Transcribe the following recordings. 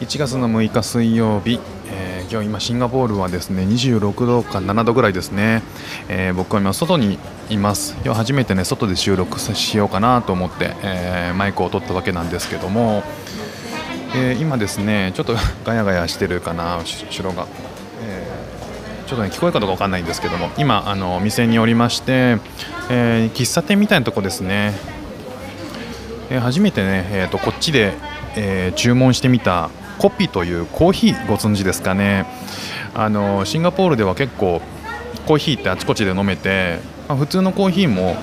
1月の6日水曜日、今日今シンガポールはですね26度か7度ぐらいですね。僕は今外にいます。今日初めてね外で収録しようかなと思って、マイクを取ったわけなんですけども、今ですねちょっとガヤガヤしてるかな後ろが、ちょっとね聞こえるかどうか分かんないんですけども、今お店におりまして、喫茶店みたいなとこですね。初めてね、こっちで、注文してみたコピというコーヒーご存知ですかね。シンガポールでは結構コーヒーってあちこちで飲めて、普通のコーヒーも、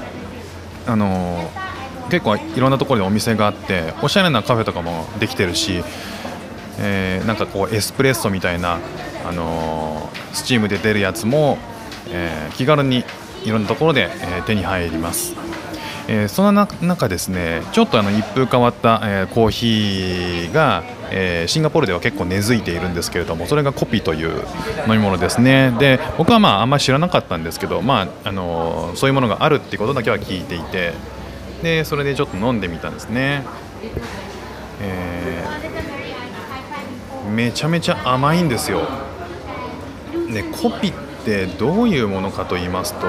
結構いろんなところでお店があっておしゃれなカフェとかもできてるし、なんかこうエスプレッソみたいな、スチームで出るやつも、気軽にいろんなところで、手に入ります。そんな中ですねちょっと一風変わった、コーヒーが、シンガポールでは結構根付いているんですけれども、それがコピという飲み物ですね。で僕はあんまり知らなかったんですけど、そういうものがあるっていうことだけは聞いていて、でそれでちょっと飲んでみたんですね。めちゃめちゃ甘いんですよ。でコピってどういうものかと言いますと、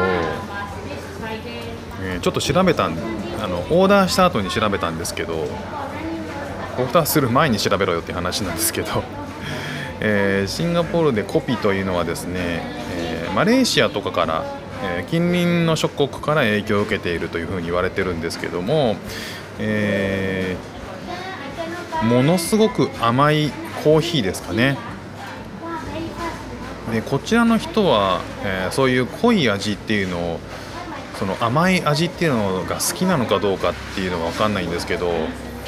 ちょっと調べたオーダーした後に調べたんですけど、オーダーする前に調べろよっていう話なんですけど、シンガポールでコピというのはですね、マレーシアとかから、近隣の諸国から影響を受けているというふうに言われてるんですけども、ものすごく甘いコーヒーですかね。でこちらの人は、そういう濃い味っていうのを、その甘い味っていうのが好きなのかどうかっていうのは分かんないんですけど、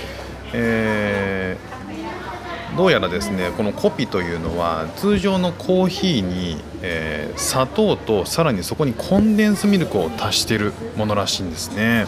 どうやらですねこのコピというのは通常のコーヒーに、砂糖とさらにそこにコンデンスミルクを足しているものらしいんですね。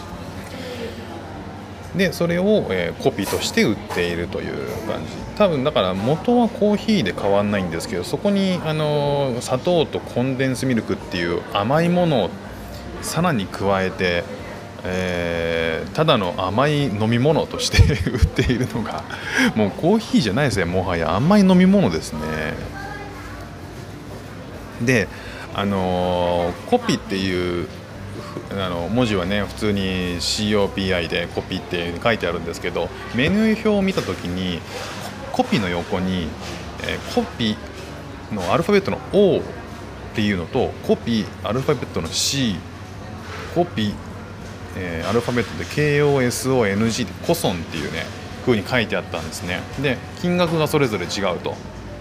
でそれを、コピとして売っているという感じ。多分だから元はコーヒーで変わんないんですけど、そこに砂糖とコンデンスミルクっていう甘いものをさらに加えて、ただの甘い飲み物として売っているのがもうコーヒーじゃないですね。もはや甘い飲み物ですね。でコピっていう文字はね普通に COPI でコピって書いてあるんですけど、メニュー表を見た時にコピの横に、コピのアルファベットの O っていうのとコピアルファベットの C、 コピ、アルファベットで KOSONG でコソンっていうね風に書いてあったんですね。で金額がそれぞれ違うと、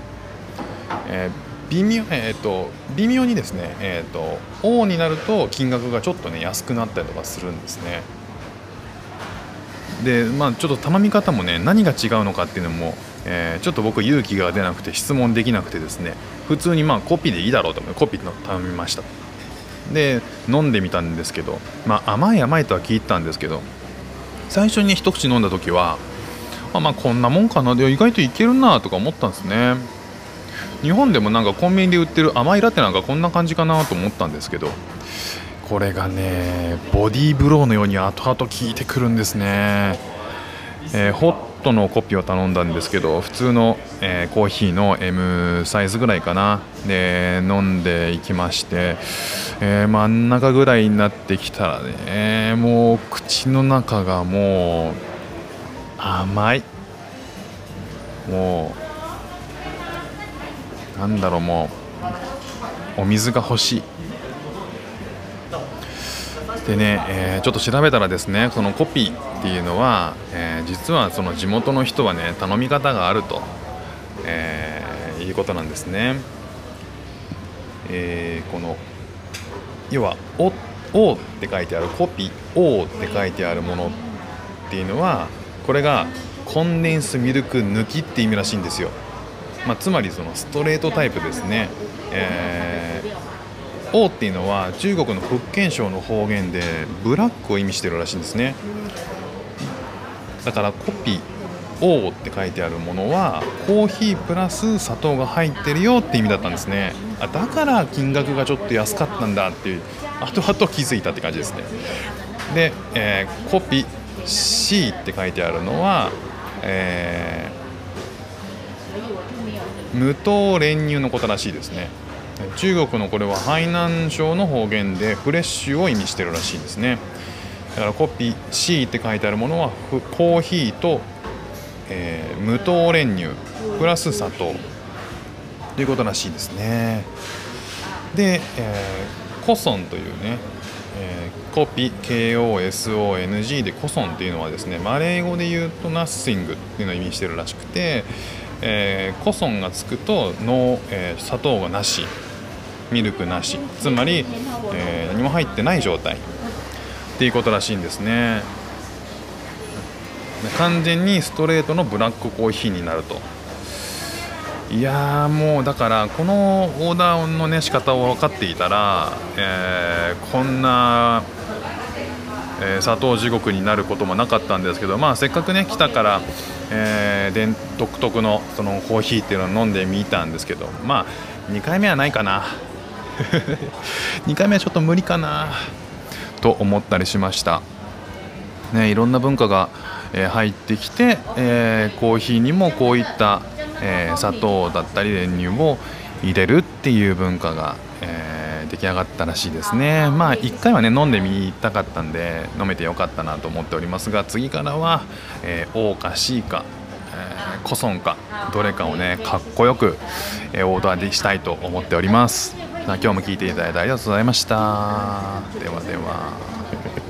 微妙にですね、O になると金額がちょっとね安くなったりとかするんですね。でちょっと頼み方もね何が違うのかっていうのも、ちょっと僕勇気が出なくて質問できなくてですね、普通にコピでいいだろうと思ってコピの頼みました。で飲んでみたんですけど、甘いとは聞いてたんですけど、最初に一口飲んだ時はこんなもんかな、で意外といけるなとか思ったんですね。日本でもなんかコンビニで売ってる甘いラテなんかこんな感じかなと思ったんですけど、これがねボディーブローのように後々効いてくるんですね。ホットのコピを頼んだんですけど、普通の、コーヒーの M サイズぐらいかなで飲んでいきまして、真ん中ぐらいになってきたらね、もう口の中がもう甘い、もうなんだろう、もうお水が欲しいでね、ちょっと調べたらですね、そのコピーっていうのは、実はその地元の人はね頼み方があると、いうことなんですね。この要は O って書いてあるコピー O って書いてあるものっていうのは、これがコンデンスミルク抜きって意味らしいんですよ。つまりそのストレートタイプですね。王っていうのは中国の福建省の方言でブラックを意味しているらしいんですね。だからコピ王って書いてあるものはコーヒープラス砂糖が入ってるよって意味だったんですね。だから金額がちょっと安かったんだっていう後々気づいたって感じですね。で、コピ C って書いてあるのは、 無糖練乳のことらしいですね。中国のこれは海南省の方言でフレッシュを意味してるらしいですね。だからコピー C って書いてあるものはコーヒーと、無糖練乳プラス砂糖ということらしいですね。で、コソンというね、コピ KOSONG でコソンっていうのはですね、マレー語で言うとナッシングっていうのを意味してるらしくて、コソンがつくと砂糖がなし、ミルクなし、つまり、何も入ってない状態っていうことらしいんですね。完全にストレートのブラックコーヒーになると。いやー、もうだからこのオーダーのね仕方を分かっていたら、こんな、砂糖地獄になることもなかったんですけど、まあせっかくね来たから、独特のそのコーヒーっていうのを飲んでみたんですけど、まあ2回目はないかな2回目はちょっと無理かなと思ったりしましたね。いろんな文化が、入ってきて、コーヒーにもこういった砂糖だったり練乳を入れるっていう文化が、出来上がったらしいですね。まあ1回はね飲んでみたかったんで飲めてよかったなと思っておりますが、次からは、O か C か、コソンかどれかをねかっこよく、オーダーでしたいと思っております。今日も聞いていただいてありがとうございました。ではでは